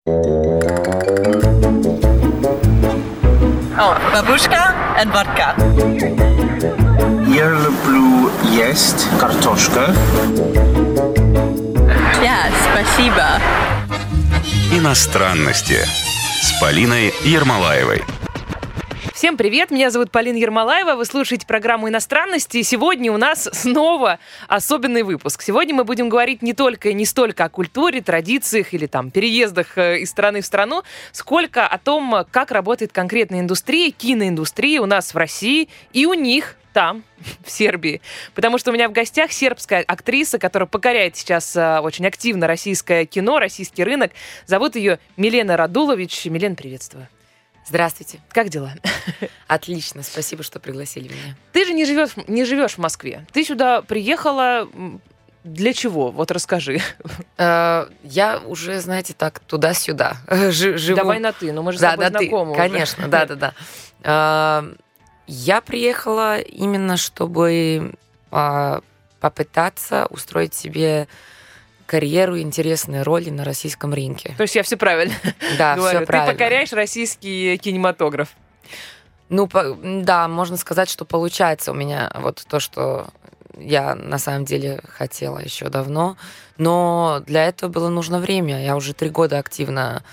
О, бабушка и водка. Я люблю есть картошку. Да, спасибо. Иностранности с Полиной Ермолаевой. Всем привет, меня зовут Полина Ермолаева, вы слушаете программу «Иностранности», и сегодня у нас снова особенный выпуск. Сегодня мы будем говорить не только и не столько о культуре, традициях или там переездах из страны в страну, сколько о том, как работает конкретная индустрия, киноиндустрия у нас в России и у них там, в Сербии. Потому что у меня в гостях сербская актриса, которая покоряет сейчас очень активно российское кино, российский рынок. Зовут ее Милена Радулович. Милена, приветствую. Здравствуйте. Как дела? Отлично, спасибо, что пригласили меня. Ты же не живешь в Москве. Ты сюда приехала для чего? Вот расскажи. Я уже, знаете, так туда-сюда живу. Давай на «ты», но мы же с тобой знакомы. Конечно, да. Я приехала именно, чтобы попытаться устроить себе карьеру и интересные роли на российском рынке. То есть я все правильно говорю. Все правильно. Ты покоряешь российский кинематограф. Да, можно сказать, что получается у меня вот то, что я на самом деле хотела еще давно. Но для этого было нужно время. Я уже 3 года активно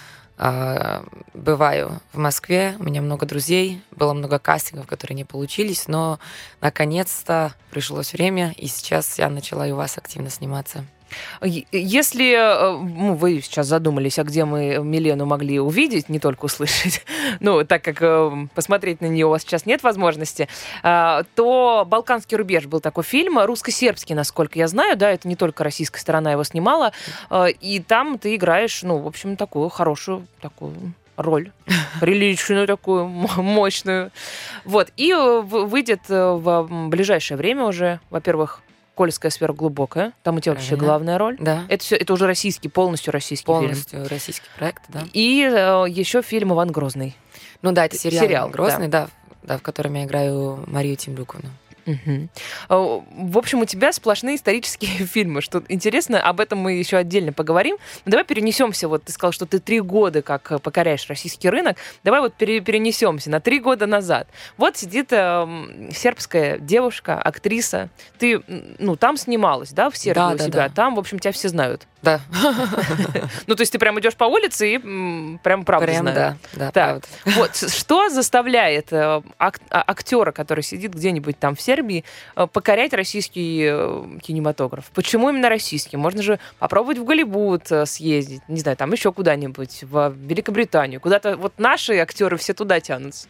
бываю в Москве. У меня много друзей, было много кастингов, которые не получились, но наконец-то пришлось время, и сейчас я начала и у вас активно сниматься. Если вы сейчас задумались, а где мы Милену могли увидеть, не только услышать, так как посмотреть на нее у вас сейчас нет возможности, то «Балканский рубеж» был такой фильм, русско-сербский, насколько я знаю, да, это не только российская сторона его снимала, и там ты играешь, в общем, такую хорошую такую роль, приличную такую, мощную. Вот, и выйдет в ближайшее время уже, во-первых, «Кольская сверхглубокая». Там у тебя вообще главная роль. Да. Это уже полностью российский фильм. Полностью российский проект, да. И еще фильм «Иван Грозный». Это сериал «Иван Грозный», да, в котором я играю Марию Темрюковну. Угу. В общем, у тебя сплошные исторические фильмы. Что интересно, об этом мы еще отдельно поговорим. Но давай перенесемся. Вот ты сказал, что ты 3 года как покоряешь российский рынок. Давай вот перенесемся на 3 года назад. Вот сидит сербская девушка, актриса. Ты там снималась, да, в Сербии у себя? Да. Там, в общем, тебя все знают. Да. То есть ты прям идешь по улице и прям правду знают. Да, правда. Вот, что заставляет актера, который сидит где-нибудь там в Сербии, покорять российский кинематограф? Почему именно российский? Можно же попробовать в Голливуд съездить, не знаю, там еще куда-нибудь, в Великобританию. Куда-то вот наши актеры все туда тянутся.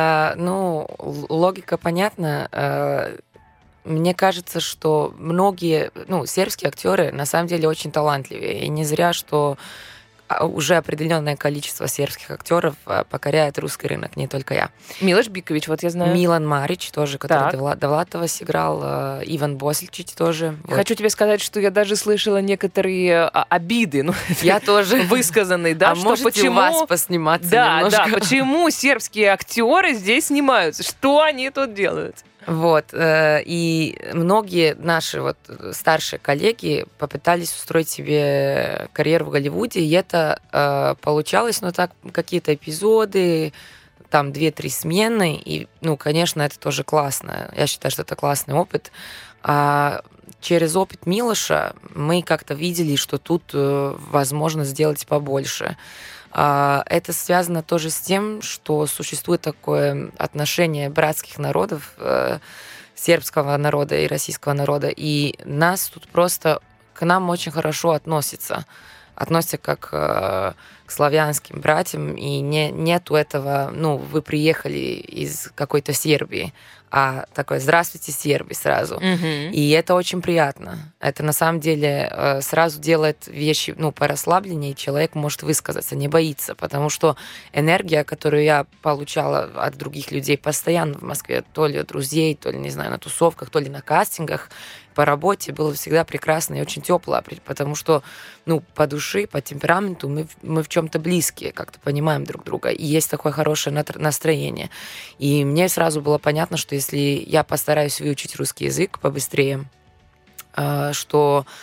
Логика понятна. Мне кажется, что многие, сербские актеры на самом деле очень талантливые. И не зря, что уже определенное количество сербских актеров покоряет русский рынок, не только я. Милош Бикович, вот я знаю. Милан Марич тоже, который Довлатова сыграл. Иван Босильчич тоже. Хочу тебе сказать, что я даже слышала некоторые обиды. Я тоже. Высказанные, да, что можете почему... у вас посниматься немножко? Да, почему сербские актеры здесь снимаются? Что они тут делают? Вот, и многие наши старшие коллеги попытались устроить себе карьеру в Голливуде, и это получалось, так, какие-то эпизоды, там 2-3 смены, и, конечно, это тоже классно. Я считаю, что это классный опыт. А через опыт Милоша мы как-то видели, что тут возможно сделать побольше. Это связано тоже с тем, что существует такое отношение братских народов, сербского народа и российского народа, и нас тут просто к нам очень хорошо относятся как к славянским братьям, и нету этого, вы приехали из какой-то Сербии, а такое «здравствуйте, серби» сразу. Mm-hmm. И это очень приятно. Это на самом деле сразу делает вещи, порасслабленнее, и человек может высказаться, не боится, потому что энергия, которую я получала от других людей постоянно в Москве, то ли от друзей, то ли, не знаю, на тусовках, то ли на кастингах, по работе, было всегда прекрасно и очень тепло, потому что, по душе, по темпераменту мы в чем-то близкие, как-то понимаем друг друга, и есть такое хорошее настроение. И мне сразу было понятно, что если я постараюсь выучить русский язык побыстрее, что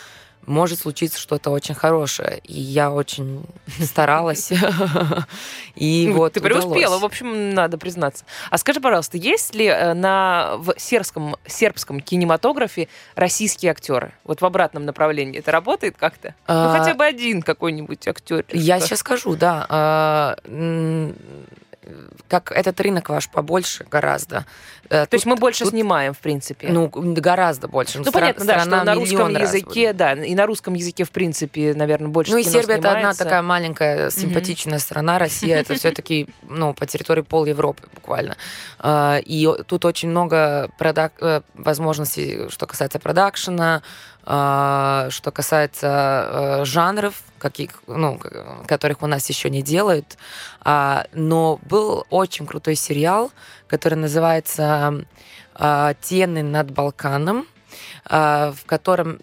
может случиться что-то очень хорошее. И я очень старалась. И вот ты преуспела, в общем, надо признаться. А скажи, пожалуйста, есть ли в сербском кинематографе российские актеры? Вот в обратном направлении это работает как-то? Ну, хотя бы один какой-нибудь актер. Я сейчас скажу, да. Как этот рынок ваш побольше гораздо. То есть мы больше снимаем, в принципе. Ну, гораздо больше. Ну, понятно, да, что на русском языке, да, и на русском языке, в принципе, наверное, больше кино снимается. Ну, и Сербия — это одна такая маленькая, симпатичная страна. Россия — это все-таки, по территории пол-Европы буквально. И тут очень много возможностей, что касается продакшена, что касается жанров, которых у нас еще не делают. Но был очень крутой сериал, который называется «Тены над Балканом», в котором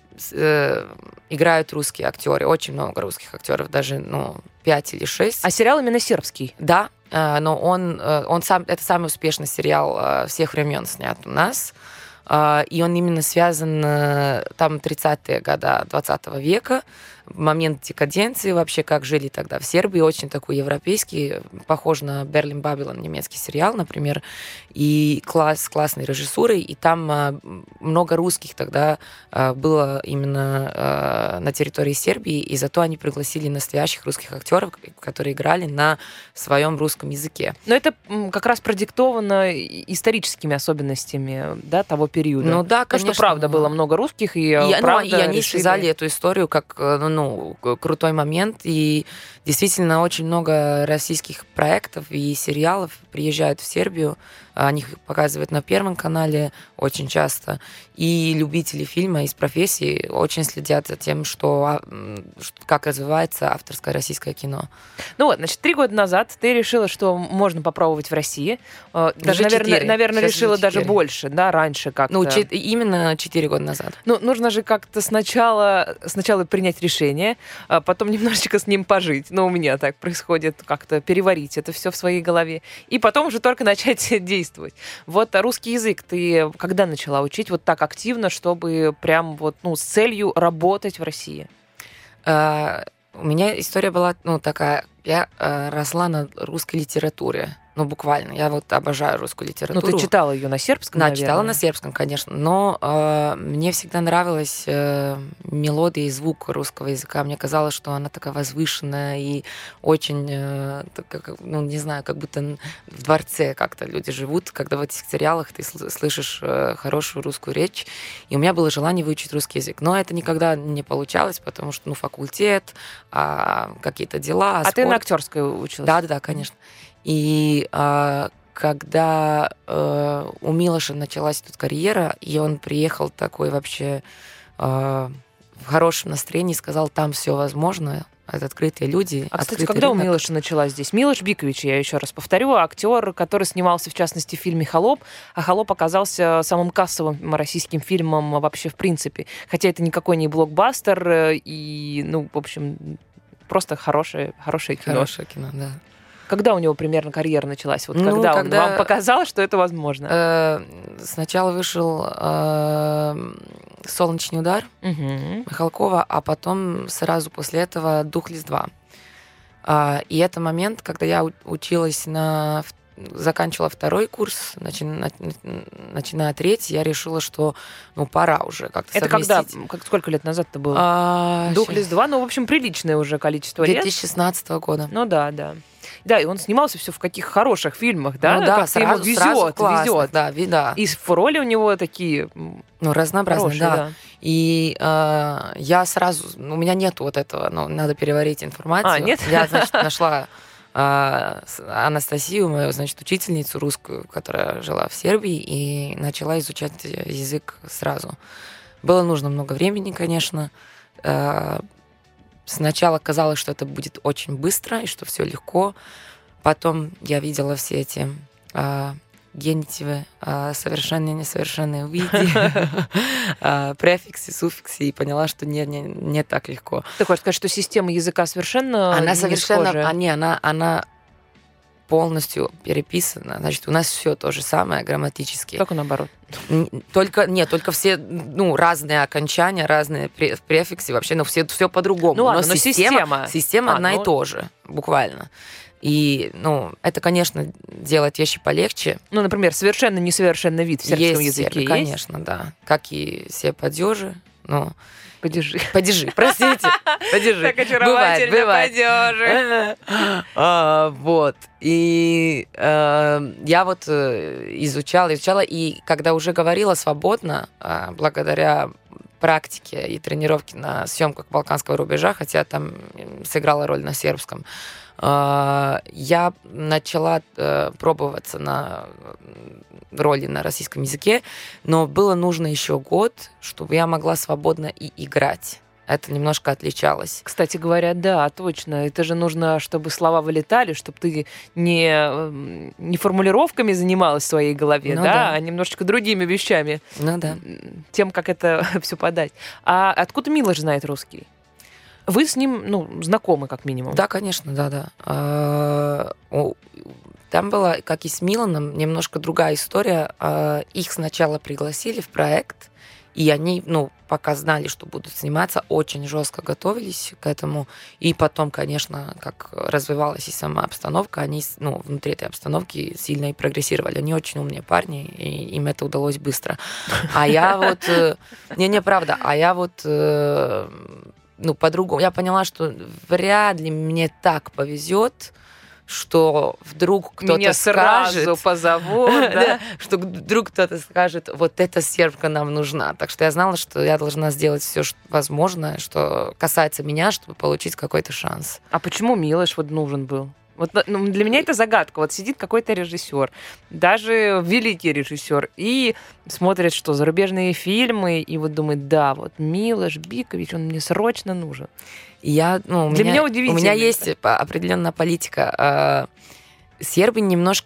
играют русские актеры. Очень много русских актеров, даже 5 или 6. А сериал именно сербский? Да, но это самый успешный сериал всех времен снят у нас. И он именно связан там 30-е годы 20 века, момент декаденции вообще, как жили тогда в Сербии, очень такой европейский, похож на «Берлин Бабилон», немецкий сериал, например, и с классной режиссурой, и там много русских тогда было именно на территории Сербии, и зато они пригласили настоящих русских актеров, которые играли на своем русском языке. Но это как раз продиктовано историческими особенностями, да, того периода. Ну да, конечно. Потому что, правда, было много русских, и они связали эту историю как крутой момент, и действительно очень много российских проектов и сериалов приезжают в Сербию, они их показывают на Первом канале очень часто, и любители фильма из профессии очень следят за тем, как развивается авторское российское кино. Ну вот, значит, 3 года назад ты решила, что можно попробовать в России. Даже, наверное, решила даже больше, да, раньше как-то. Именно 4 года назад. Ну, нужно же как-то сначала принять решение, а потом немножечко с ним пожить. Ну, у меня так происходит, как-то переварить это все в своей голове. И потом уже только начать действовать. Вот русский язык ты когда начала учить вот так активно, чтобы прям с целью работать в России? У меня история была, такая. Я росла на русской литературе. Буквально. Я обожаю русскую литературу. Ты читала ее на сербском, Да, наверное? читала на сербском, конечно. Но мне всегда нравилась мелодия и звук русского языка. Мне казалось, что она такая возвышенная и очень, не знаю, как будто в дворце как-то люди живут, когда в этих сериалах ты слышишь хорошую русскую речь. И у меня было желание выучить русский язык. Но это никогда не получалось, потому что, факультет, какие-то дела, А спорт. ты на актерской училась? Да, конечно. И когда у Милоша началась тут карьера, и он приехал такой вообще в хорошем настроении, сказал, там все возможно, это открытые люди. А, кстати, когда у Милоша началась здесь? Милош Бикович, я еще раз повторю, актер, который снимался, в частности, в фильме «Холоп», а «Холоп» оказался самым кассовым российским фильмом вообще в принципе. Хотя это никакой не блокбастер, и, в общем, просто хорошее кино. Хорошее кино, да. Когда у него примерно карьера началась? Вот когда он вам показал, что это возможно? Сначала вышел «Солнечный удар» Михалкова, а потом сразу после этого «Духлесс 2». И это момент, когда я училась заканчивала 2-й курс, начиная 3-й, я решила, что пора уже как-то совместить. Это когда? Сколько лет назад это было? «Духлесс 2», в общем, приличное уже количество лет. 2016 года. Ну да. Да, и он снимался все в каких хороших фильмах, да? Как-то ему везет. Да. И роли у него такие разнообразные, хорошие, да. И я сразу... У меня нет вот этого, надо переварить информацию. Нет? Я, нашла Анастасию, мою, учительницу русскую, которая жила в Сербии, и начала изучать язык сразу. Было нужно много времени, конечно. Сначала казалось, что это будет очень быстро и что все легко. Потом я видела все эти генитивы, совершенные, несовершенные в виде, префиксы, суффиксы, и поняла, что не так легко. Ты хочешь сказать, что система языка совершенно Она не совершенно... схожая? Она полностью переписана. Значит, у нас все то же самое грамматически. Только наоборот. Только все, разные окончания, разные префиксы, вообще, все по-другому. Ну ладно, но система одна и та же, буквально. И, это, конечно, делает вещи полегче. Например, совершенно несовершенный вид в сербском языке есть? Конечно, да. Как и все падежи, Падежи, простите. Падежи. Так очаровательно, падежи. Вот. И я вот изучала, и когда уже говорила свободно, благодаря практике и тренировке на съемках Балканского рубежа, хотя там сыграла роль на сербском, я начала пробоваться на роли на российском языке, но было нужно еще год, чтобы я могла свободно и играть. Это немножко отличалось. Кстати говоря, да, точно. Это же нужно, чтобы слова вылетали, чтобы ты не формулировками занималась в своей голове, а немножечко другими вещами. Да. Тем, как это все подать. А откуда Милош знает русский? Вы с ним, знакомы, как минимум. Да, конечно, да. Там была, как и с Миланом, немножко другая история. Их сначала пригласили в проект, и они, пока знали, что будут сниматься, очень жестко готовились к этому. И потом, конечно, как развивалась и сама обстановка, они, внутри этой обстановки сильно и прогрессировали. Они очень умные парни, и им это удалось быстро. А я вот... правда. А я вот... по-другому. Я поняла, что вряд ли мне так повезет, что вдруг кто-то меня скажет... сразу позовут, да? Что вдруг кто-то скажет, вот эта сербка нам нужна. Так что я знала, что я должна сделать все возможное, что касается меня, чтобы получить какой-то шанс. А почему Милош нужен был? Вот для меня это загадка. Вот сидит какой-то режиссер, даже великий режиссер, и смотрит, что зарубежные фильмы, и вот думает, да, вот Милош Бикович, он мне срочно нужен. Для меня удивительно. У меня есть определенная политика. Сербы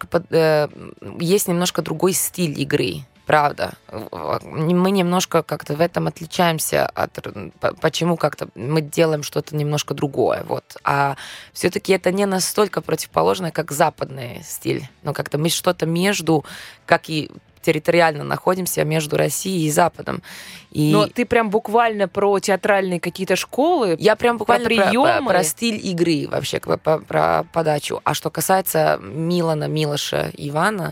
есть немножко другой стиль игры. Правда. Мы немножко как-то в этом отличаемся почему как-то мы делаем что-то немножко другое. Вот. А все-таки это не настолько противоположное, как западный стиль. Как-то мы что-то между, как и территориально находимся между Россией и Западом. Но ты прям буквально про театральные какие-то школы? Я прям буквально про приемы? Про стиль игры вообще, про подачу. А что касается Милана, Милоша, Ивана,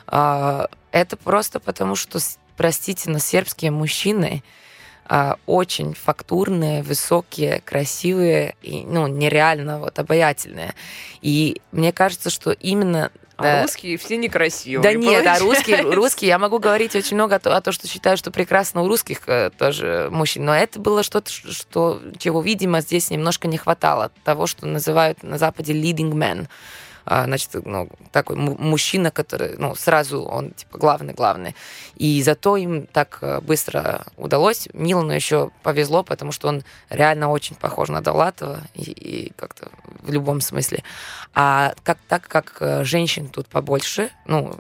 это просто потому, что, простите, но сербские мужчины очень фактурные, высокие, красивые и нереально обаятельные. И мне кажется, что именно... русские все некрасивые. Да нет, русские, я могу говорить очень много о том, что считаю, что прекрасно у русских тоже мужчин, но это было что-то, чего, видимо, здесь немножко не хватало. Того, что называют на Западе leading man. Значит, такой мужчина, который, сразу он, главный. И зато им так быстро удалось. Милану еще повезло, потому что он реально очень похож на Довлатова и как-то в любом смысле. А так как женщин тут побольше,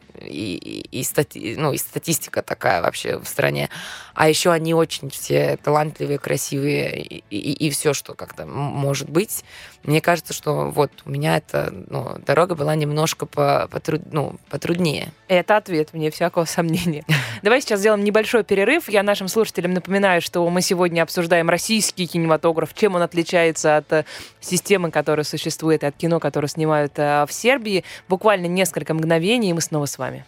и статистика такая вообще в стране, а еще они очень все талантливые, красивые, и все, что как-то может быть. Мне кажется, что вот у меня эта дорога была немножко потруднее. Это ответ, вне всякого сомнения. Давай сейчас сделаем небольшой перерыв. Я нашим слушателям напоминаю, что мы сегодня обсуждаем российский кинематограф, чем он отличается от системы, которая существует, от кино, которое снимают в Сербии. Буквально несколько мгновений, и мы снова с вами.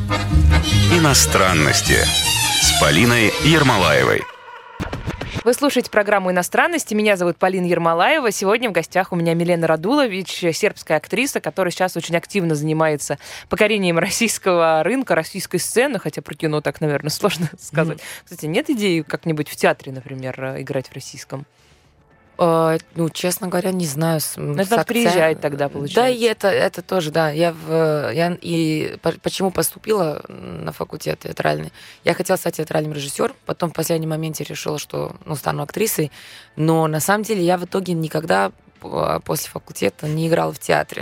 Иностранности с Полиной Ермолаевой. Вы слушаете программу «Иностранности». Меня зовут Полина Ермолаева. Сегодня в гостях у меня Милена Радулович, сербская актриса, которая сейчас очень активно занимается покорением российского рынка, российской сцены, хотя про кино так, наверное, сложно сказать. Кстати, нет идеи как-нибудь в театре, например, играть в российском? Честно говоря, не знаю. Надо приезжать тогда, получается. Да, и это тоже, да. Я почему поступила на факультет театральный? Я хотела стать театральным режиссером, потом в последний момент решила, что стану актрисой. Но на самом деле я в итоге никогда после факультета не играла в театре.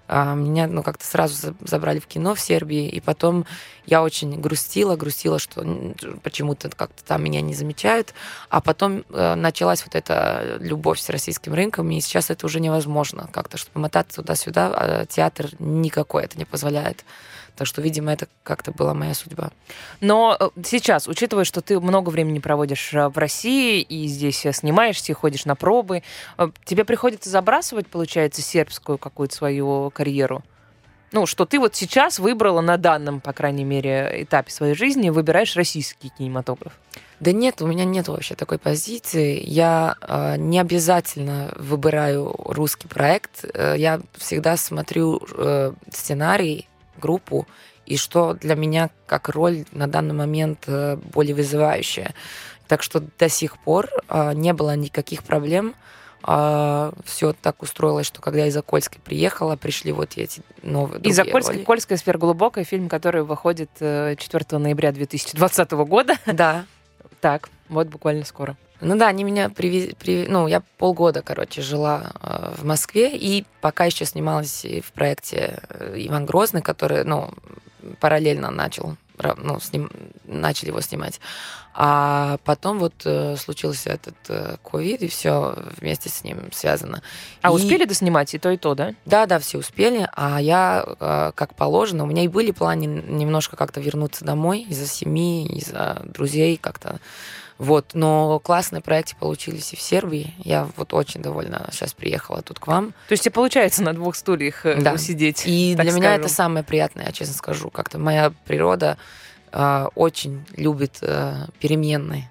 Меня, как-то сразу забрали в кино в Сербии, и потом я очень грустила, что почему-то как-то там меня не замечают, а потом началась вот эта любовь с российским рынком, и сейчас это уже невозможно как-то, чтобы мотаться туда-сюда, а театр никакой это не позволяет. Так что, видимо, это как-то была моя судьба. Но сейчас, учитывая, что ты много времени проводишь в России и здесь снимаешься, и ходишь на пробы, тебе приходится забрасывать, получается, сербскую какую-то свою карьеру? Ну, что ты вот сейчас выбрала на данном, по крайней мере, этапе своей жизни, выбираешь российский кинематограф? Да нет, у меня нет вообще такой позиции. Я не обязательно выбираю русский проект. Я всегда смотрю сценарий, группу, и что для меня как роль на данный момент более вызывающая. Так что до сих пор не было никаких проблем. Все так устроилось, что когда из Окольской приехала, пришли вот эти новые из Окольской, Кольская сверхглубокая, фильм, который выходит 4 ноября 2020 года. Да. Так, вот буквально скоро. Ну да, они меня привезли. Я полгода, жила в Москве, и пока еще снималась в проекте «Иван Грозный», который, параллельно начали его снимать. А потом вот случился этот ковид, и все вместе с ним связано. А успели доснимать и то, да? Да, все успели. А я, как положено, у меня и были планы немножко как-то вернуться домой из-за семьи, из-за друзей как-то. Вот, но классные проекты получились и в Сербии. Я вот очень довольна. Сейчас приехала тут к вам. То есть тебе получается на двух стульях усидеть? И для меня это самое приятное, я честно скажу. Как-то моя природа очень любит переменные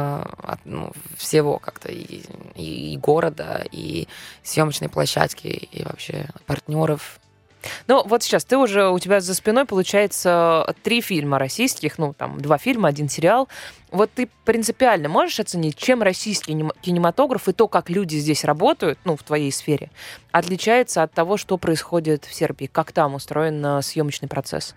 всего как-то и города, и съемочной площадки, и вообще партнеров. Ну, вот сейчас у тебя за спиной, получается, 3 фильма российских, 2 фильма, 1 сериал. Вот ты принципиально можешь оценить, чем российский кинематограф и то, как люди здесь работают, в твоей сфере, отличается от того, что происходит в Сербии? Как там устроен съемочный процесс?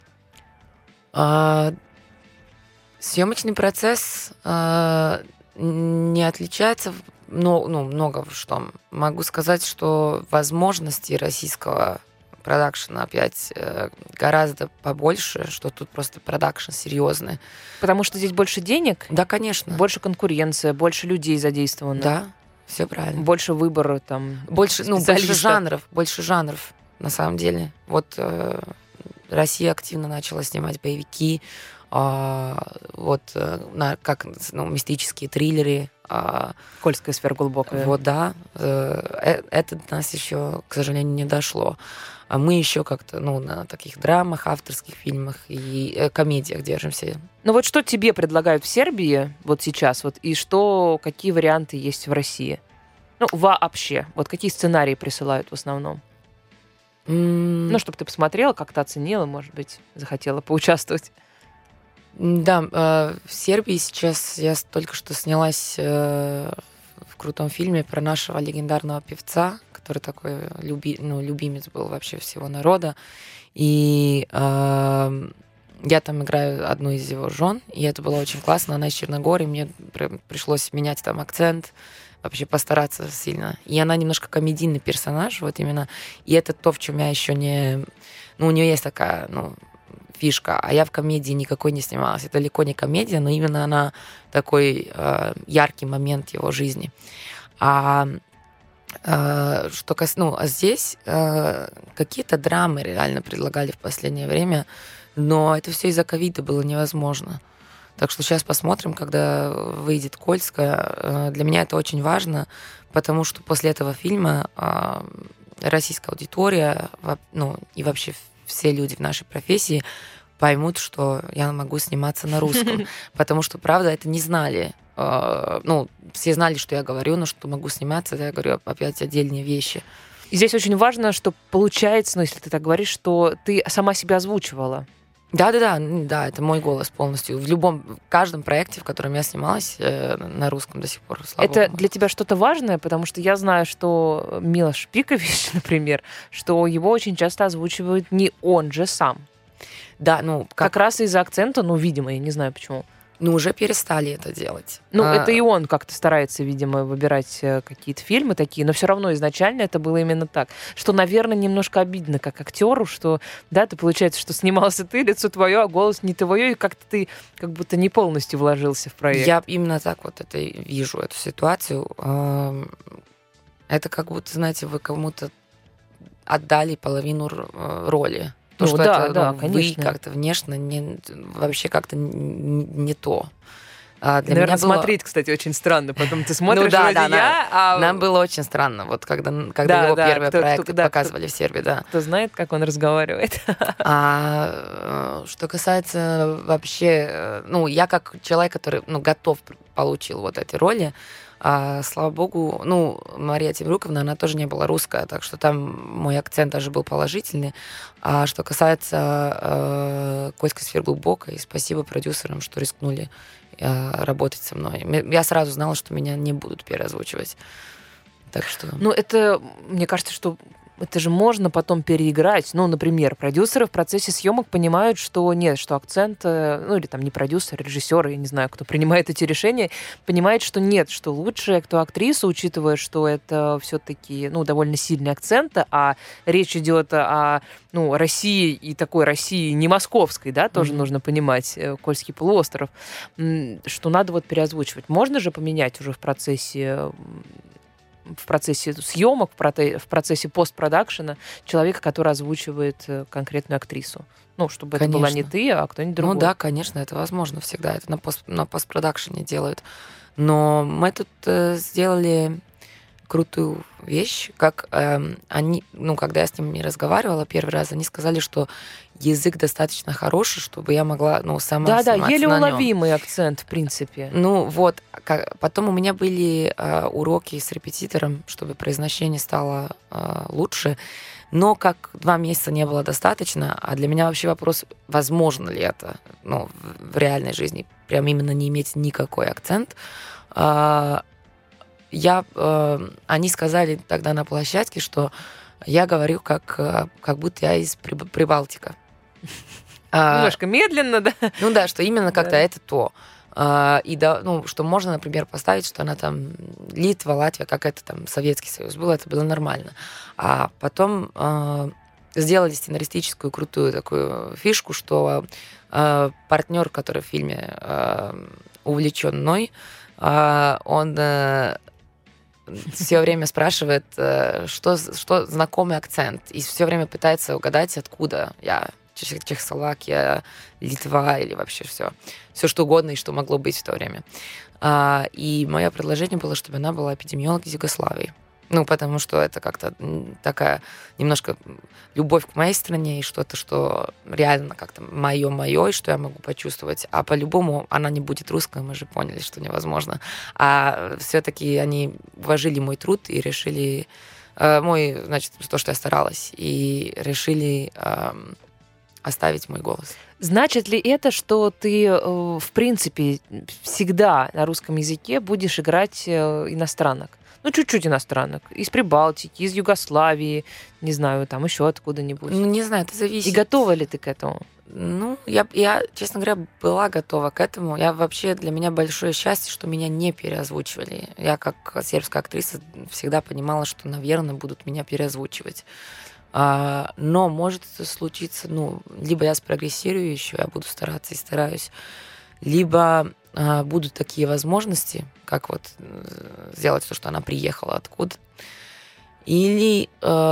Съемочный процесс не отличается, много что. Могу сказать, что возможности российского продакшена опять гораздо побольше, что тут просто продакшн серьезный. Потому что здесь больше денег? Да, конечно. Больше конкуренция, больше людей задействовано. Да, все правильно. Больше выбора там. Больше жанров, на самом деле. Вот Россия активно начала снимать боевики, мистические триллеры. Кольская сверхглубокая. Вот, да. Это до нас еще, к сожалению, не дошло. А мы еще как-то, на таких драмах, авторских фильмах и комедиях держимся. Ну вот что тебе предлагают в Сербии вот сейчас, и какие варианты есть в России? Вообще. Вот какие сценарии присылают в основном? Чтобы ты посмотрела, как-то оценила, может быть, захотела поучаствовать. Да, в Сербии сейчас я только что снялась в крутом фильме про нашего легендарного певца, который такой любимец был вообще всего народа. И я там играю одну из его жен, и это было очень классно. Она из Черногории, мне пришлось менять там акцент, вообще постараться сильно. И она немножко комедийный персонаж, вот именно. И это то, в чем я еще не... у нее есть такая, фишка, а я в комедии никакой не снималась. Это далеко не комедия, но именно она такой яркий момент его жизни. А здесь какие-то драмы реально предлагали в последнее время, но это все из-за ковида было невозможно. Так что сейчас посмотрим, когда выйдет Кольская. Для меня это очень важно, потому что после этого фильма российская аудитория, и вообще все люди в нашей профессии поймут, что я могу сниматься на русском. Потому что, правда, это не знали. Все знали, что я говорю, но что могу сниматься, я говорю опять отдельные вещи. И здесь очень важно, что получается, если ты так говоришь, что ты сама себя озвучивала. Да, это мой голос полностью. В каждом проекте, в котором я снималась, на русском до сих пор, слава Это богу. для тебя что-то важное? Потому что я знаю, что Милош Пикович, например, что его очень часто озвучивают не он же сам. Да, как раз из-за акцента, видимо, я не знаю почему. Ну, уже перестали это делать. Ну, это и он как-то старается, видимо, выбирать какие-то фильмы такие, но все равно изначально это было именно так. Что, наверное, немножко обидно как актеру, что, да, ты получается, что снимался ты, лицо твое, а голос не твое, и как-то ты как будто не полностью вложился в проект. Я именно так вот это вижу, эту ситуацию. Это как будто, знаете, вы кому-то отдали половину роли. То, Ну что да, это, да, вы конечно. как-то внешне вообще как-то не то. Для Наверное, меня было... смотреть, кстати, очень странно. Потом ты смотришь, Ну да, вроде да, я, а... Нам было очень странно, вот когда Да, его да, первые проекты да, показывали в Сербии, да. Кто знает, как он разговаривает. Что касается вообще, ну, я как человек, который, ну, готов получил вот эти роли, слава богу, ну, Мария Темрюковна, она тоже не была русская, так что там мой акцент даже был положительный. А что касается Коськи Сверглубокой, спасибо продюсерам, что рискнули работать со мной. Я сразу знала, что меня не будут переозвучивать. Так что... Ну, это, мне кажется, что это же можно потом переиграть. Ну, например, продюсеры в процессе съемок понимают, что нет, что акцент, ну, или там не продюсер, режиссер, я не знаю, кто принимает эти решения, понимает, что нет, что лучше, кто актрису, учитывая, что это все-таки, ну, довольно сильный акцент, а речь идет о, ну, России и такой России не московской, да, тоже нужно понимать, Кольский полуостров, что надо вот переозвучивать. Можно же поменять уже в процессе съемок, в процессе постпродакшена человека, который озвучивает конкретную актрису. Ну, чтобы Конечно. это была не ты, а кто-нибудь другой. Ну да, конечно, это возможно всегда. Это на постпродакшене делают. Но мы тут сделали крутую вещь, как они, ну, когда я с ними разговаривала первый раз, они сказали, что язык достаточно хороший, чтобы я могла, ну, сама Да-да, сниматься еле на нём. уловимый акцент, в принципе. Ну вот, потом у меня были уроки с репетитором, чтобы произношение стало лучше, но как 2 месяца не было достаточно, а для меня вообще вопрос, возможно ли это, ну, в реальной жизни, прям именно не иметь никакой акцент. Они сказали тогда на площадке, что я говорю как будто я из Прибалтика. Немножко медленно, да? Ну да, что именно как-то Да. это то. И да, ну, что можно, например, поставить, что она там Литва, Латвия, как это там Советский Союз был, это было нормально. А потом сделали сценаристическую крутую такую фишку, что партнер, который в фильме увлечен мной, он все время спрашивает, что знакомый акцент, и все время пытается угадать, откуда я. Чехословакия, Литва или вообще все что угодно и что могло быть в то время. И мое предложение было, чтобы она была эпидемиолог из Югославии. Ну, потому что это как-то такая немножко любовь к моей стране и что-то, что реально как-то мое, и что я могу почувствовать. А по-любому она не будет русской, мы же поняли, что невозможно. А все-таки они уважили мой труд и решили... значит, то, что я старалась, и решили... оставить мой голос. Значит ли это, что ты, в принципе, всегда на русском языке будешь играть иностранок? Ну, чуть-чуть иностранок. Из Прибалтики, из Югославии, не знаю, там еще откуда-нибудь. Ну, не знаю, это зависит. И готова ли ты к этому? Ну, я, честно говоря, была готова к этому. Для меня большое счастье, что меня не переозвучивали. Я, как сербская актриса, всегда понимала, что, наверное, будут меня переозвучивать. Но может случиться, ну, либо я спрогрессирую еще, я буду стараться и стараюсь, либо будут такие возможности, как вот сделать то, что она приехала откуда, или,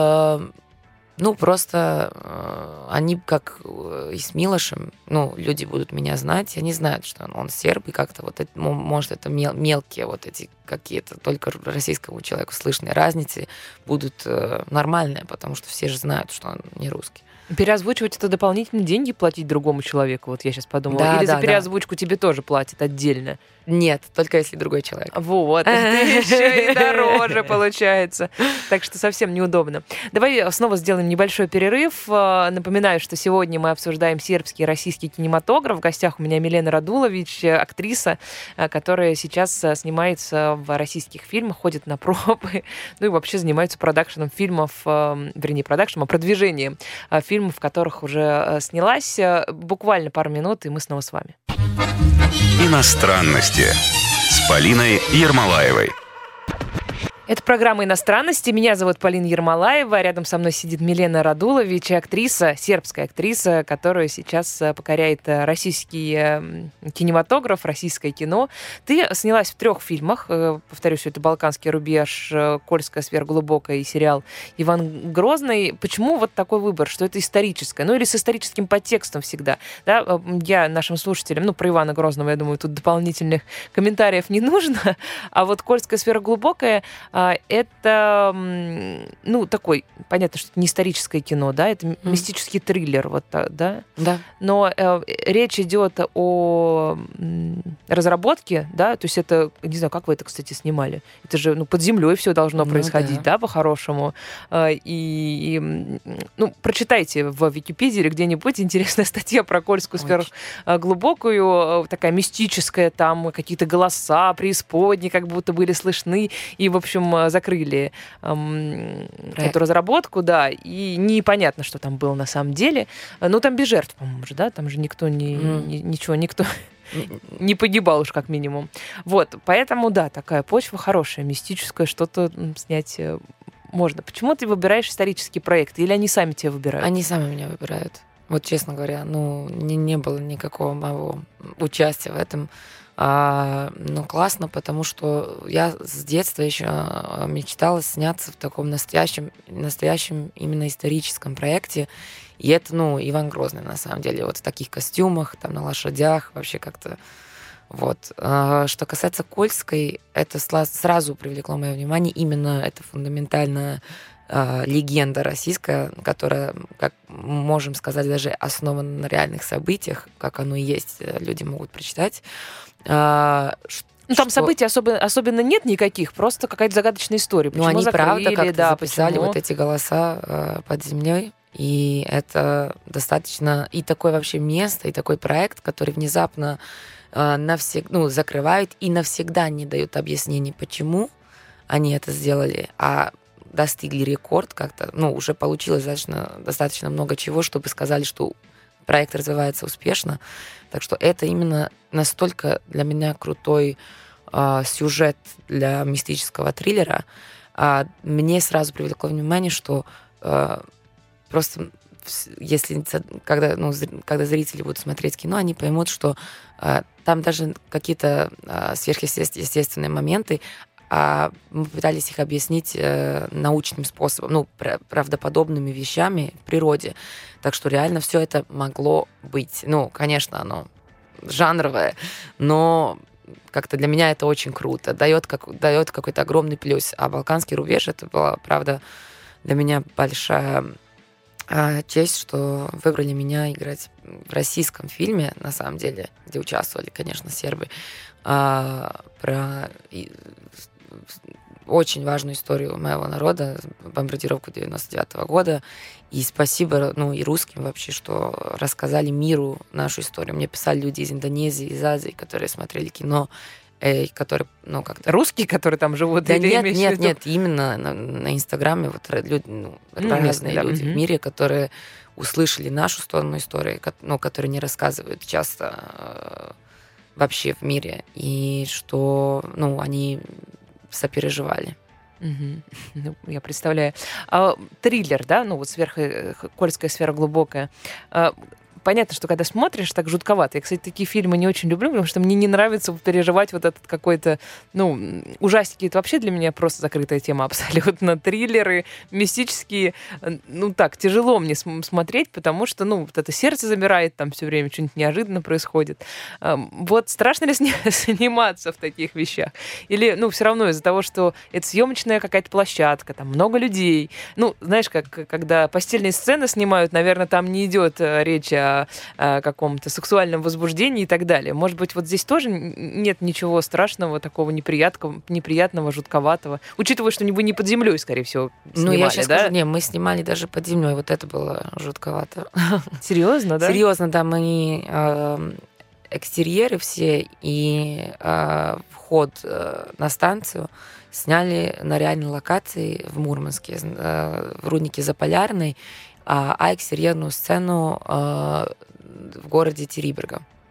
ну, просто они, как и с Милошем, ну, люди будут меня знать, и они знают, что он серб, и как-то вот, может, это мелкие вот эти какие-то только российскому человеку слышные разницы будут нормальные, потому что все же знают, что он не русский. Переозвучивать — это дополнительные деньги платить другому человеку, вот я сейчас подумала. Да, Или да, за переозвучку тебе тоже платят отдельно? Нет, только если другой человек. Вот, это еще и дороже получается. Так что совсем неудобно. Давай снова сделаем небольшой перерыв. Напоминаю, что сегодня мы обсуждаем сербский и российский кинематограф. В гостях у меня Милена Радулович, актриса, которая сейчас снимается в российских фильмах, ходит на пробы, ну и вообще занимается продакшеном фильмов, вернее, продакшеном, а продвижением фильмов, в которых уже снялась. Буквально пару минут, и мы снова с вами. Иностранности с Полиной Ермолаевой. Это программа «Иностранности». Меня зовут Полина Ермолаева. Рядом со мной сидит Милена Радулович, актриса, сербская актриса, которая сейчас покоряет российский кинематограф, российское кино. Ты снялась в 3 фильмах. Повторюсь, это «Балканский рубеж», «Кольская сверхглубокая» и сериал «Иван Грозный». Почему вот такой выбор? Что это историческое? Ну или с историческим подтекстом всегда. Да? Я нашим слушателям, про Ивана Грозного, я думаю, тут дополнительных комментариев не нужно. А вот «Кольская сверхглубокая» это, такой, понятно, что это не историческое кино, да, это мистический триллер, вот, да? Да. Но речь идет о разработке, да, то есть это, не знаю, как вы это, кстати, снимали? Это же, под землей все должно происходить, да, по-хорошему. Прочитайте в Википедии или где-нибудь, интересная статья про Кольскую сверхглубокую, такая мистическая, там какие-то голоса, преисподней как будто были слышны, и, в общем, закрыли эту разработку, да, и непонятно, что там было на самом деле. Но там без жертв, по-моему, же, да, там же никто никто не погибал уж как минимум. Вот, поэтому, да, такая почва хорошая, мистическая, что-то снять можно. Почему ты выбираешь исторические проекты? Или они сами тебя выбирают? Они сами меня выбирают. Вот, честно говоря, не было никакого моего участия в этом. Классно, потому что я с детства еще мечтала сняться в таком настоящем именно историческом проекте. И это, Иван Грозный, на самом деле, вот в таких костюмах, там, на лошадях, вообще как-то. Вот. Что касается Кольской, это сразу привлекло мое внимание. Именно это фундаментальная легенда российская, которая, как можем сказать, даже основана на реальных событиях, как оно и есть, люди могут прочитать. Там событий особенно нет никаких, просто какая-то загадочная история. Почему они закрыли, правда как-то записали почему? Вот эти голоса под землей. И это достаточно... И такое вообще место, и такой проект, который внезапно закрывают и навсегда не дают объяснений, почему они это сделали, а достигли рекорд как-то. Уже получилось достаточно много чего, чтобы сказали, что проект развивается успешно. Так что это именно настолько для меня крутой сюжет для мистического триллера. Мне сразу привлекло внимание, что просто когда зрители будут смотреть кино, они поймут, что там даже какие-то сверхъестественные моменты, мы пытались их объяснить научным способом, правдоподобными вещами в природе. Так что реально все это могло быть. Конечно, оно жанровое, но как-то для меня это очень круто. Дает какой-то огромный плюс. А «Балканский рубеж» это была, правда, для меня большая честь, что выбрали меня играть в российском фильме, на самом деле, где участвовали, конечно, сербы, про очень важную историю моего народа, бомбардировку 99-го года. И спасибо, и русским вообще, что рассказали миру нашу историю. Мне писали люди из Индонезии, из Азии, которые смотрели кино, которые, как-то... Русские, которые там живут? Да или нет, именно на Инстаграме люди, разные люди в мире, которые услышали нашу сторону истории, которые не рассказывают часто вообще в мире, и что, они сопереживали. Я представляю. Триллер, да, «Кольская сверхглубокая». Понятно, что когда смотришь, так жутковато. Я, кстати, такие фильмы не очень люблю, потому что мне не нравится переживать вот этот какой-то... ужастики — это вообще для меня просто закрытая тема абсолютно. Триллеры, мистические. Так, тяжело мне смотреть, потому что, вот это сердце замирает, там все время что-нибудь неожиданно происходит. Вот страшно ли сниматься в таких вещах? Или, все равно из-за того, что это съемочная какая-то площадка, там много людей. Знаешь, когда постельные сцены снимают, наверное, там не идет речь о каком-то сексуальном возбуждении и так далее. Может быть, вот здесь тоже нет ничего страшного, такого неприятного, жутковатого. Учитывая, что вы не под землей, скорее всего, снимали, я сейчас да? скажу, мы снимали даже под землей. Вот это было жутковато. Серьезно, да? Серьезно, да. Мы экстерьеры все и вход на станцию сняли на реальной локации в Мурманске, в руднике Заполярной, а экстерьерную сцену в городе Териберга.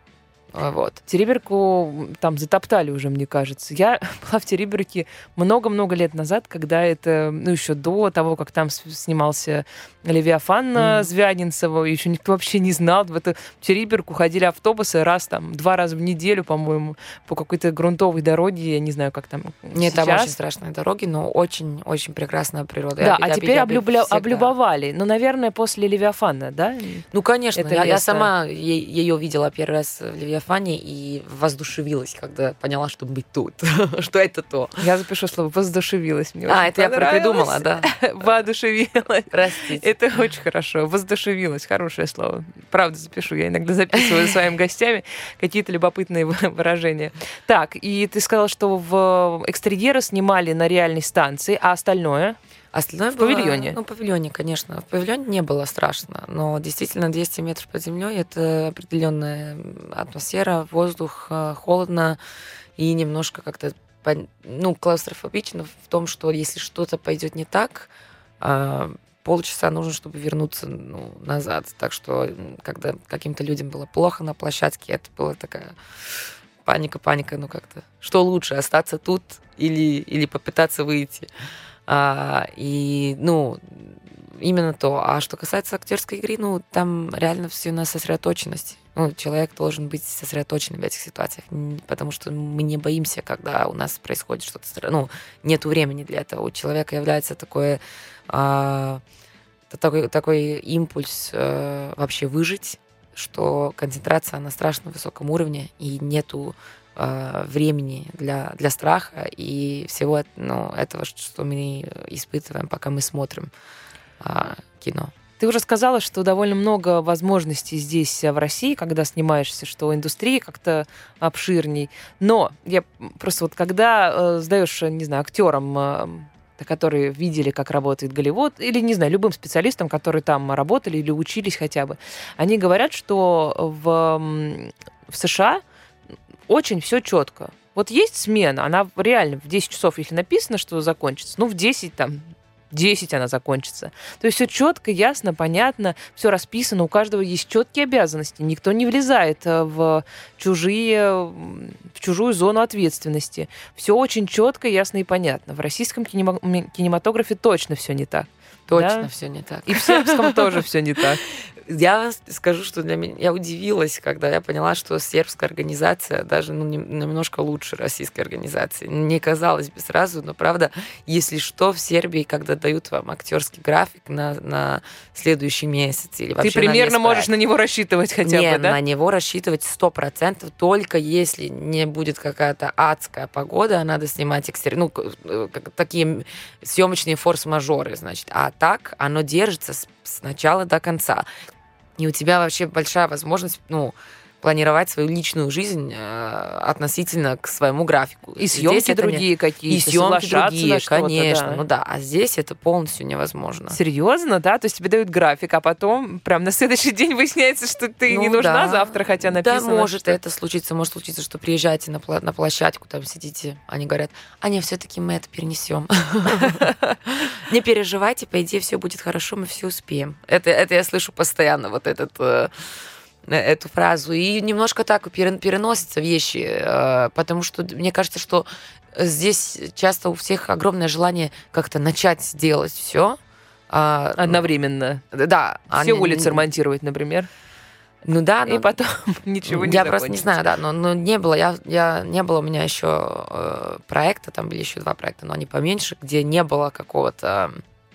Вот. Териберку там затоптали уже, мне кажется. Я была в Териберке много-много лет назад, когда это, еще до того, как там снимался Левиафан Звягинцева, еще никто вообще не знал. В эту Териберку ходили автобусы два раза в неделю, по-моему, по какой-то грунтовой дороге, я не знаю, как там Нет, сейчас. там очень страшные дороги, но очень-очень прекрасная природа. Да, а теперь облюбовали. Ну, наверное, после Левиафана, да? Ну, конечно. Это Я место. сама ее видела первый раз в Левиафане и воодушевилась, когда поняла, что быть тут, что это то. Я запишу слово «воздушевилась». Мне Это я придумала, да. Воодушевилась. Простите. Это очень хорошо. Воздушевилась. Хорошее слово. Правда запишу. Я иногда записываю своими гостями какие-то любопытные выражения. Так, и ты сказала, что в экстерьеры снимали на реальной станции, а остальное? Остальное в павильоне? Ну, в павильоне, конечно. В павильоне не было страшно, но действительно 200 метров под землей это определенная атмосфера, воздух, холодно и немножко как-то клаустрофобично в том, что если что-то пойдет не так, полчаса нужно, чтобы вернуться назад. Так что, когда каким-то людям было плохо на площадке, это была такая паника, как-то. Что лучше, остаться тут или попытаться выйти? Именно то. А что касается актерской игры, там реально все на сосредоточенности. Человек должен быть сосредоточенным в этих ситуациях, потому что мы не боимся, когда у нас происходит что-то странное. Нету времени для этого. У человека является такой импульс вообще выжить, что концентрация на страшно высоком уровне, и нету времени для страха и всего этого, что мы испытываем, пока мы смотрим кино. Ты уже сказала, что довольно много возможностей здесь, в России, когда снимаешься, что индустрия как-то обширней. Но я просто когда сдаешь, не знаю, актерам, которые видели, как работает Голливуд, или, не знаю, любым специалистам, которые там работали или учились хотя бы, они говорят, что в США очень все четко. Вот есть смена, она реально в 10 часов, если написано, что закончится, в 10 она закончится. То есть все четко, ясно, понятно, все расписано, у каждого есть четкие обязанности, никто не влезает в чужую зону ответственности. Все очень четко, ясно и понятно. В российском кинематографе точно все не так. Точно все не так. И в сербском тоже все не так. Я скажу, что для меня я удивилась, когда я поняла, что сербская организация даже немножко лучше российской организации. Не казалось бы сразу, но правда, если что, в Сербии, когда дают вам актерский график на следующий месяц или вообще ты примерно можешь на него рассчитывать хотя бы, да? На него рассчитывать 100%, только если не будет какая-то адская погода, надо снимать такие съемочные форс-мажоры, значит. А так оно держится с начала до конца. И у тебя вообще большая возможность, планировать свою личную жизнь относительно к своему графику. И съемки другие какие-то. И съемки другие, Да. конечно. Да. А здесь это полностью невозможно. Серьезно, да? То есть тебе дают график, а потом прям на следующий день выясняется, что ты не нужна завтра, хотя написано. Да, может это случиться. Может случиться, что приезжаете на площадку, там сидите, они говорят, все-таки мы это перенесем. Не переживайте, по идее, все будет хорошо, мы все успеем. Это я слышу постоянно, эту фразу. И немножко так переносятся вещи, потому что мне кажется, что здесь часто у всех огромное желание как-то начать делать все одновременно. Да. Все улицы ремонтировать, например. И потом ничего не закончится. Я просто не знаю, да, но не было. Не было у меня еще проекта, там были еще 2 проекта, но они поменьше, где не было какого-то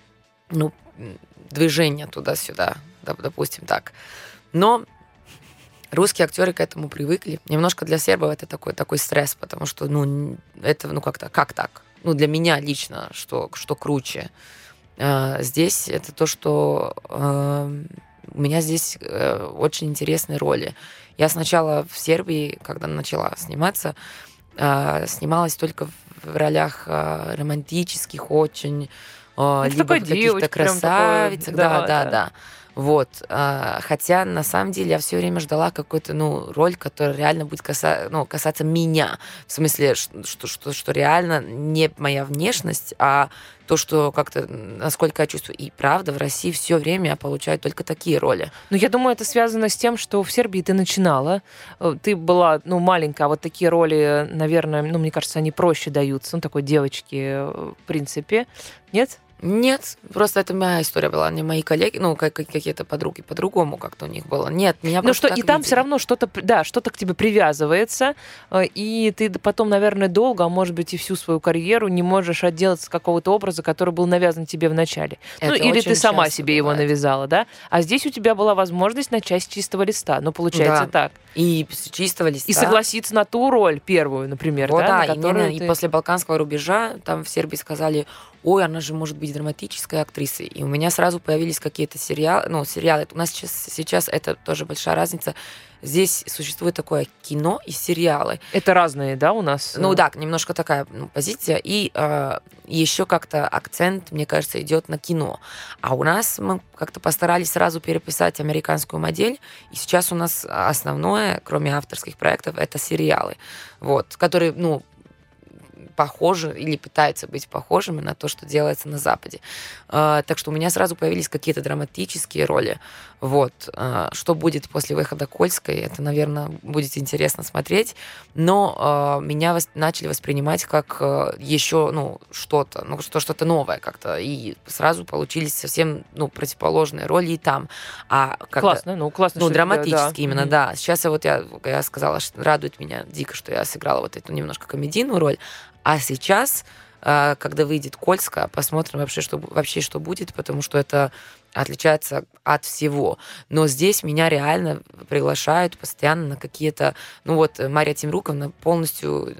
движения туда-сюда, допустим так. Но русские актеры к этому привыкли. Немножко для сербов это такой стресс, потому что, это, как так? Для меня лично, что круче. Здесь это то, что у меня здесь очень интересные роли. Я сначала в Сербии, когда начала сниматься, снималась только в ролях романтических очень, либо в каких-то красавицах. Да. Вот. Хотя, на самом деле, я все время ждала какую-то, роль, которая реально будет касаться меня. В смысле, что реально не моя внешность, а то, что как-то, насколько я чувствую. И правда, в России все время я получаю только такие роли. Ну, я думаю, это связано с тем, что в Сербии ты начинала, ты была, маленькая, а вот такие роли, наверное, мне кажется, они проще даются, такой девочки, в принципе. Нет? Нет, просто это моя история была, не мои коллеги, какие-то подруги, по-другому как-то у них было. Нет, меня просто так и там видели. все равно что-то к тебе привязывается, и ты потом, наверное, долго, а может быть и всю свою карьеру не можешь отделаться от какого-то образа, который был навязан тебе в начале. Это Или ты очень сама часто себе его бывает. навязала, да? А здесь у тебя была возможность начать с чистого листа. Получается Да. так. И с чистого листа. И согласиться на ту роль первую, например, Вот, да, на именно. которую И ты... после «Балканского рубежа» там в Сербии сказали, ой, она же может быть драматической актрисой. И у меня сразу появились какие-то сериалы. У нас сейчас это тоже большая разница. Здесь существует такое кино и сериалы. Это разные, да, у нас? Да, немножко такая позиция. И еще как-то акцент, мне кажется, идет на кино. А у нас мы как-то постарались сразу переписать американскую модель. И сейчас у нас основное, кроме авторских проектов, это сериалы. Вот, которые, похожи или пытаются быть похожими на то, что делается на Западе. Так что у меня сразу появились какие-то драматические роли. Вот. Что будет после выхода «Кольской», это, наверное, будет интересно смотреть. Но меня начали воспринимать как еще что-то новое как-то. И сразу получились совсем противоположные роли и там. Классно, классно. что драматические тебя, именно, да. Сейчас я сказала, что радует меня дико, что я сыграла вот эту немножко комедийную роль. А сейчас, когда выйдет «Кольская», посмотрим вообще, что будет, потому что это отличается от всего. Но здесь меня реально приглашают постоянно на какие-то... Мария Темруковна полностью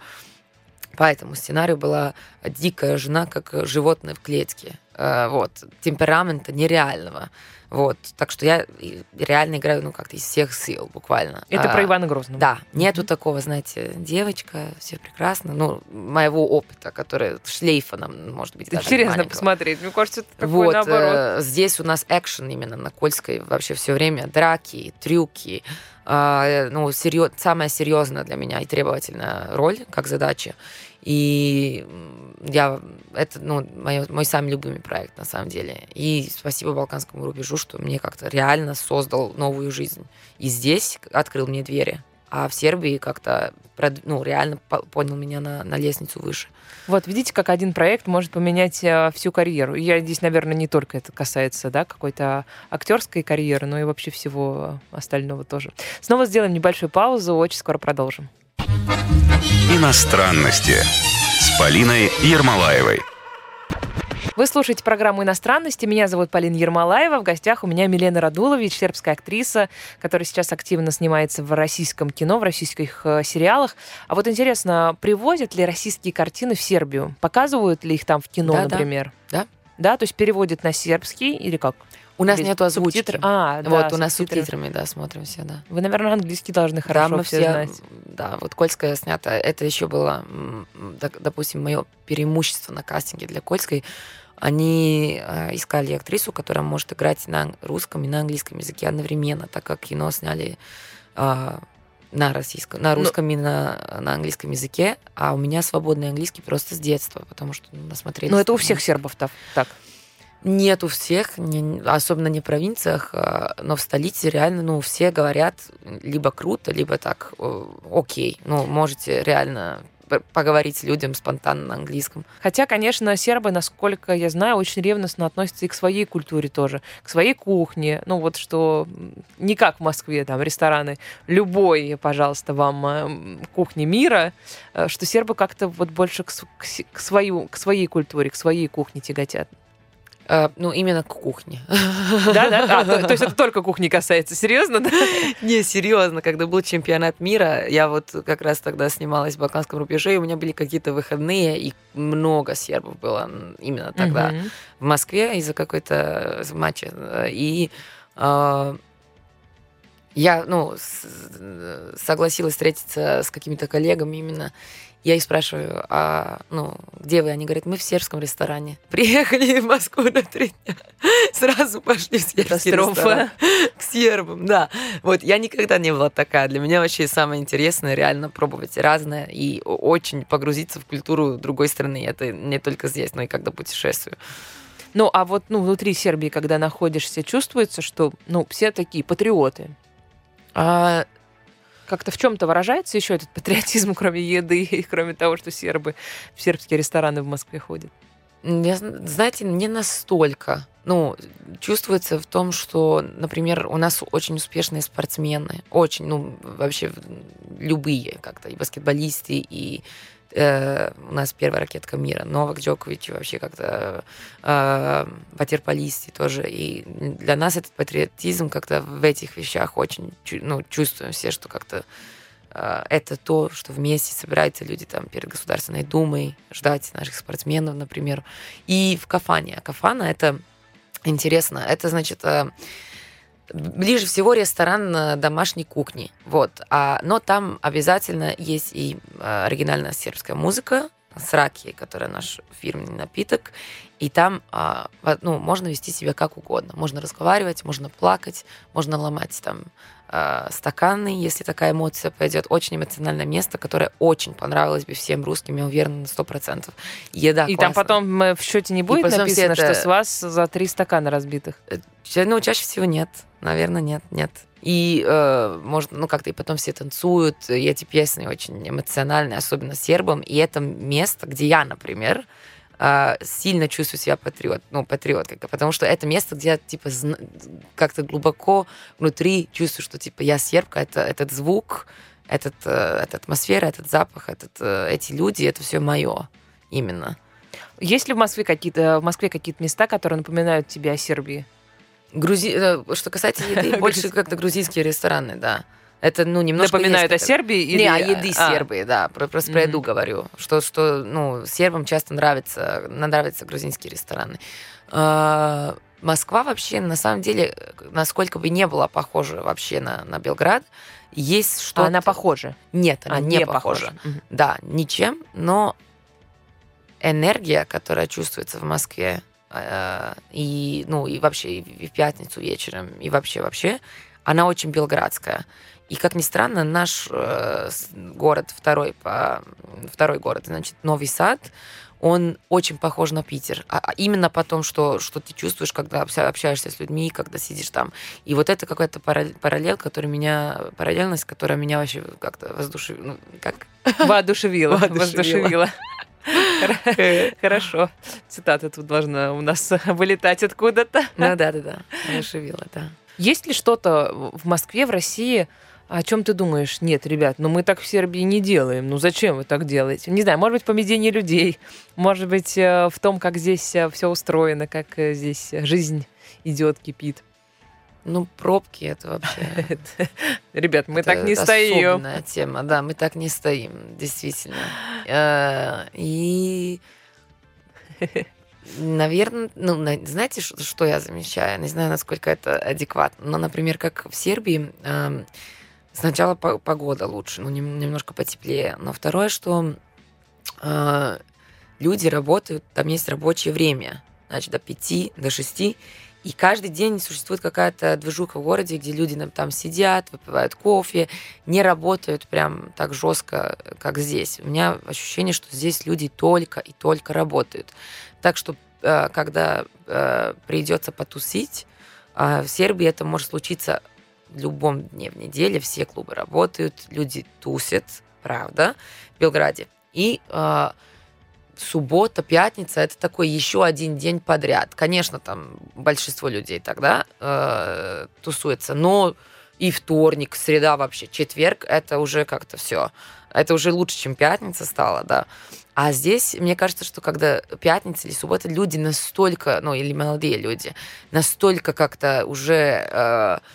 по этому сценарию была дикая жена, как животное в клетке. Темперамента нереального. Так что я реально играю, как-то из всех сил, буквально. Это про Ивана Грозного. Да, нету такого, знаете, девочка, все прекрасно, моего опыта, который шлейфа нам, может быть, даже Интересно маленького. Посмотреть. Мне кажется, это такое наоборот. Здесь у нас экшен именно на Кольской вообще все время, драки, трюки, самая серьезная для меня и требовательная роль, как задача. И это мой самый любимый проект, на самом деле. И спасибо «Балканскому рубежу», что мне как-то реально создал новую жизнь. И здесь открыл мне двери. А в Сербии как-то реально поднял меня на лестницу выше. Вот, видите, как один проект может поменять всю карьеру. И здесь, наверное, не только это касается, какой-то актерской карьеры, но и вообще всего остального тоже. Снова сделаем небольшую паузу, очень скоро продолжим. Иностранности с Полиной Ермолаевой. Вы слушаете программу «Иностранности». Меня зовут Полина Ермолаева. В гостях у меня Милена Радулович, сербская актриса, которая сейчас активно снимается в российском кино, в российских сериалах. А вот интересно, привозят ли российские картины в Сербию? Показывают ли их там в кино, например? Да. Да, то есть переводят на сербский или как? У нас Или нету озвучки. субтитры? У нас субтитрами, смотрим все, да. Вы, наверное, английский должны хорошо все знать. Да, «Кольская» снята. Это еще было, допустим, мое преимущество на кастинге для «Кольской». Они искали актрису, которая может играть на русском и на английском языке одновременно, так как кино сняли на русском и на английском языке, а у меня свободный английский просто с детства, потому что насмотрелись. Но это у всех сербов так. Нет у всех, особенно не в провинциях, но в столице реально, все говорят либо круто, либо так, окей. Можете реально поговорить с людям спонтанно на английском. Хотя, конечно, сербы, насколько я знаю, очень ревностно относятся и к своей культуре тоже, к своей кухне. Что не как в Москве, там, рестораны любой, пожалуйста, вам кухни мира, что сербы как-то больше к своей культуре, к своей кухне тяготят. Именно к кухне. Да? То есть это только кухни касается. Серьезно, да? Не, серьезно. Когда был чемпионат мира, я как раз тогда снималась в «Балканском рубеже», и у меня были какие-то выходные, и много сербов было именно тогда в Москве из-за какой-то матча. И я, согласилась встретиться с какими-то коллегами именно, Я их спрашиваю, где вы? Они говорят, мы в сербском ресторане. Приехали в Москву на 3 дня. Сразу пошли в сербский ресторан. К сербам, да. Вот, я никогда не была такая. Для меня вообще самое интересное реально пробовать разное и очень погрузиться в культуру другой страны. Это не только здесь, но и когда путешествую. Ну, а вот внутри Сербии, когда находишься, чувствуется, что все такие патриоты? Как-то в чем-то выражается еще этот патриотизм, кроме еды и кроме того, что сербы в сербские рестораны в Москве ходят? Знаете, не настолько. Чувствуется в том, что, например, у нас очень успешные спортсмены. Очень, вообще любые как-то. И баскетболисты, и у нас первая ракетка мира. Новак Джокович, вообще как-то ватерполисты тоже. И для нас этот патриотизм как-то в этих вещах очень чувствуем все, что как-то это то, что вместе собираются люди там перед Государственной Думой, ждать наших спортсменов, например. И в Кафане. Кафана — это интересно. Это, значит, ближе всего ресторан домашней кухни. Вот. Но там обязательно есть и оригинальная сербская музыка, сраки, которая наш фирменный напиток. И там можно вести себя как угодно. Можно разговаривать, можно плакать, можно ломать там стаканы, если такая эмоция пойдет. Очень эмоциональное место, которое очень понравилось бы всем русским, я уверена, на 100%. Еда и классная. там потом в счете не будет написано, что с вас за 3 стакана разбитых? Чаще всего нет. Наверное, нет. И, может, как-то и потом все танцуют, и эти песни очень эмоциональные, особенно сербам. И это место, где я, например, сильно чувствую себя патриоткой, потому что это место, где я, как-то глубоко внутри чувствую, что, я сербка, этот звук, эта атмосфера, этот запах, эти люди, это все мое именно. Есть ли в Москве какие-то места, которые напоминают тебе о Сербии? Что касается еды, больше как-то грузинские рестораны, да. Это, немножко напоминают о Сербии? Не, о еды Сербии, да. Просто про еду говорю. Что сербам часто нравятся грузинские рестораны. Москва вообще, на самом деле, насколько бы не была похожа вообще на Белград, есть что-то... Она похожа? Нет, она не похожа. Да, ничем, но энергия, которая чувствуется в Москве, и вообще и в пятницу вечером, и вообще, она очень белградская. И, как ни странно, наш город, второй город, значит, Новый Сад, он очень похож на Питер. Именно потому, что ты чувствуешь, когда общаешься с людьми, когда сидишь там. И вот это какая-то параллельность, которая меня вообще как-то воодушевила. Хорошо. Цитата тут должна у нас вылетать откуда-то. Да, воодушевила, да. Есть ли что-то в Москве, в России, о чем ты думаешь? Нет, ребят, мы так в Сербии не делаем. Зачем вы так делаете? Не знаю, может быть, поведение людей, может быть, в том, как здесь все устроено, как здесь жизнь идет, кипит. Пробки это вообще... Ребят, мы так не стоим. Это особенная тема, да, мы так не стоим, действительно. И... Наверное, знаете, что я замечаю? Не знаю, насколько это адекватно, но, например, как в Сербии, сначала погода лучше, немножко потеплее, но второе, что люди работают, там есть рабочее время, значит, до 5, до 6, и каждый день существует какая-то движуха в городе, где люди там сидят, выпивают кофе, не работают прям так жестко, как здесь. У меня ощущение, что здесь люди только и только работают. Так что, когда придется потусить, в Сербии это может случиться в любом дне в неделе. Все клубы работают, люди тусят, правда, в Белграде. И суббота, пятница — это такой еще один день подряд. Конечно, там большинство людей тогда тусуется, но и вторник, среда вообще, четверг — это уже как-то все. Это уже лучше, чем пятница стала, да. А здесь, мне кажется, что когда пятница или суббота, люди настолько, или молодые люди, настолько как-то уже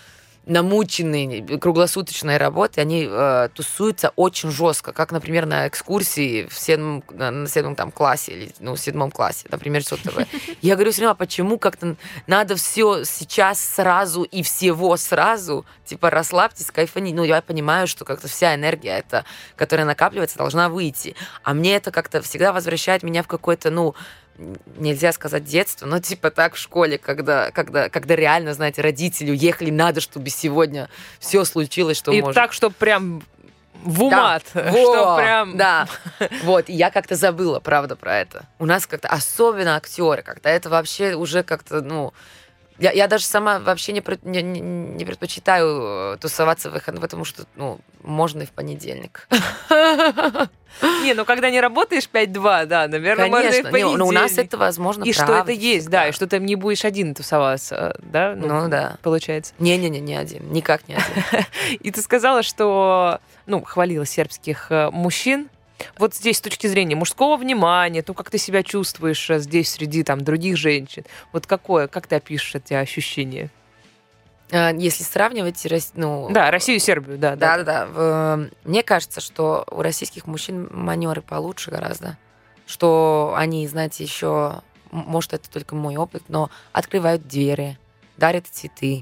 намученные круглосуточной работой, они тусуются очень жестко, как, например, на экскурсии на 7 там, классе или в 7 классе, например, СОТВ. Я говорю все время, почему как-то надо все сейчас сразу и всего сразу, типа расслабьтесь, кайфани. Ну, я понимаю, что как-то вся энергия, которая накапливается, должна выйти. А мне это как-то всегда возвращает меня в какой-то, нельзя сказать детство, но типа так в школе, когда реально, знаете, родители уехали, надо, чтобы сегодня все случилось, что и может. И так, чтобы прям в умат. Да. Что прям... Да. Вот, и я как-то забыла, правда, про это. У нас как-то, особенно актеры, как-то это вообще уже как-то, я даже сама вообще не предпочитаю тусоваться в выходные, потому что, можно и в понедельник. Не, когда не работаешь 5-2, да, наверное, можно и в понедельник. Но у нас это возможно, и правда. что это есть, да, и что ты не будешь один тусоваться, да? Да. Получается. Не один, никак не один. И ты сказала, что, хвалила сербских мужчин. Вот здесь с точки зрения мужского внимания, то, как ты себя чувствуешь здесь среди других женщин, вот как ты опишешь эти ощущения? Если сравнивать, Да, Россию и Сербию, да. Да. Мне кажется, что у российских мужчин манеры получше гораздо. Что они, знаете, еще, может, это только мой опыт, но открывают двери, дарят цветы,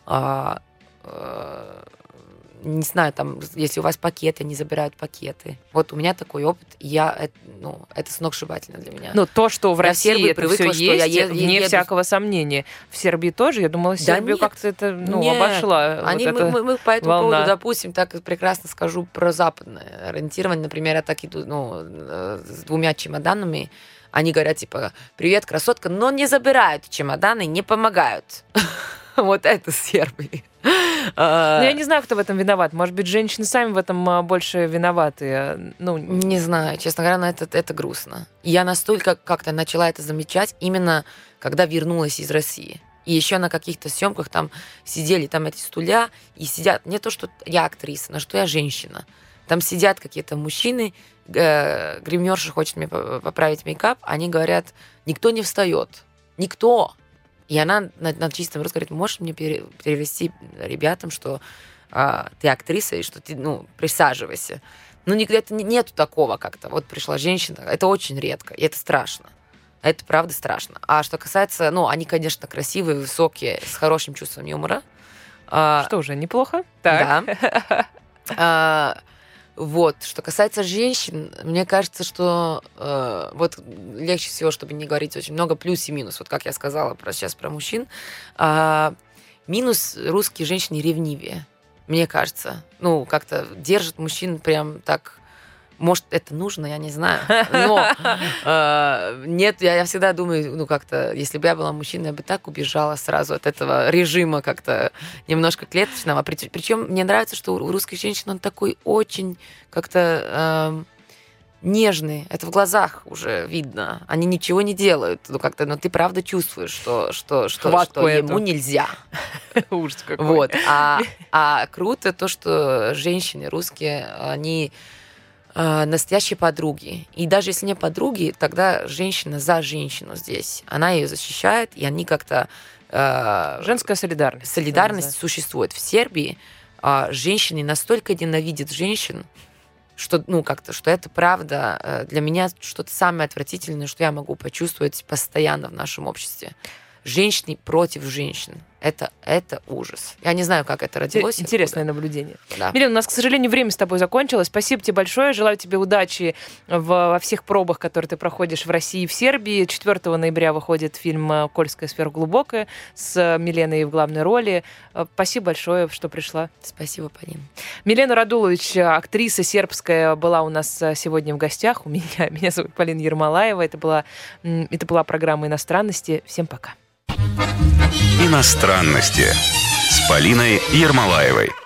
не знаю, там, если у вас пакеты, они забирают пакеты. Вот у меня такой опыт, и это сногсшибательно для меня. То, что в России это все есть, я вне всякого сомнения. В Сербии тоже? Я думала, Сербию как-то это обошла. Мы по этому поводу, допустим, так прекрасно скажу про западное ориентирование. Например, я так иду с 2 чемоданами. Они говорят, типа, привет, красотка, но не забирают чемоданы, не помогают. Вот это Сербия. Я не знаю, кто в этом виноват. Может быть, женщины сами в этом больше виноваты. Не знаю, честно говоря, это грустно. Я настолько как-то начала это замечать, именно когда вернулась из России. И еще на каких-то съемках там сидели эти стулья, и сидят, не то, что я актриса, но что я женщина. Там сидят какие-то мужчины, гримерша хочет мне поправить мейкап, они говорят, никто не встает. Никто. И она на чистом русском говорит, можешь мне перевести ребятам, что ты актриса, и что ты, присаживайся. Нету такого как-то. Вот пришла женщина, это очень редко, и это страшно. Это правда страшно. А что касается, они, конечно, красивые, высокие, с хорошим чувством юмора. Что уже неплохо. Так. Да. Вот, что касается женщин, мне кажется, что вот легче всего, чтобы не говорить очень много плюс и минус. Вот как я сказала сейчас про мужчин. Минус: русские женщины ревнивее, мне кажется. Как-то держат мужчин прям так. Может, это нужно, я не знаю. Но нет, я всегда думаю, как-то, если бы я была мужчиной, я бы так убежала сразу от этого режима как-то немножко клеточного. Причем мне нравится, что у русской женщины он такой очень как-то нежный. Это в глазах уже видно. Они ничего не делают. Но ты правда чувствуешь, что ему нельзя. Ужас какой. Вот. А круто то, что женщины русские, они настоящие подруги. И даже если не подруги, тогда женщина за женщину здесь. Она ее защищает, и они как-то... Женская солидарность. Солидарность существует. В Сербии женщины настолько ненавидят женщин, что, что это правда для меня что-то самое отвратительное, что я могу почувствовать постоянно в нашем обществе. Женщины против женщин. Это ужас. Я не знаю, как это родилось. Интересное наблюдение. Да. Милена, у нас, к сожалению, время с тобой закончилось. Спасибо тебе большое. Желаю тебе удачи во всех пробах, которые ты проходишь в России и в Сербии. 4 ноября выходит фильм «Кольская сфера глубокая» с Миленой в главной роли. Спасибо большое, что пришла. Спасибо, Полин. Милена Радулович, актриса сербская, была у нас сегодня в гостях. Меня зовут Полина Ермолаева. Это была программа «Иностранности». Всем пока. Иностранности с Полиной Ермолаевой.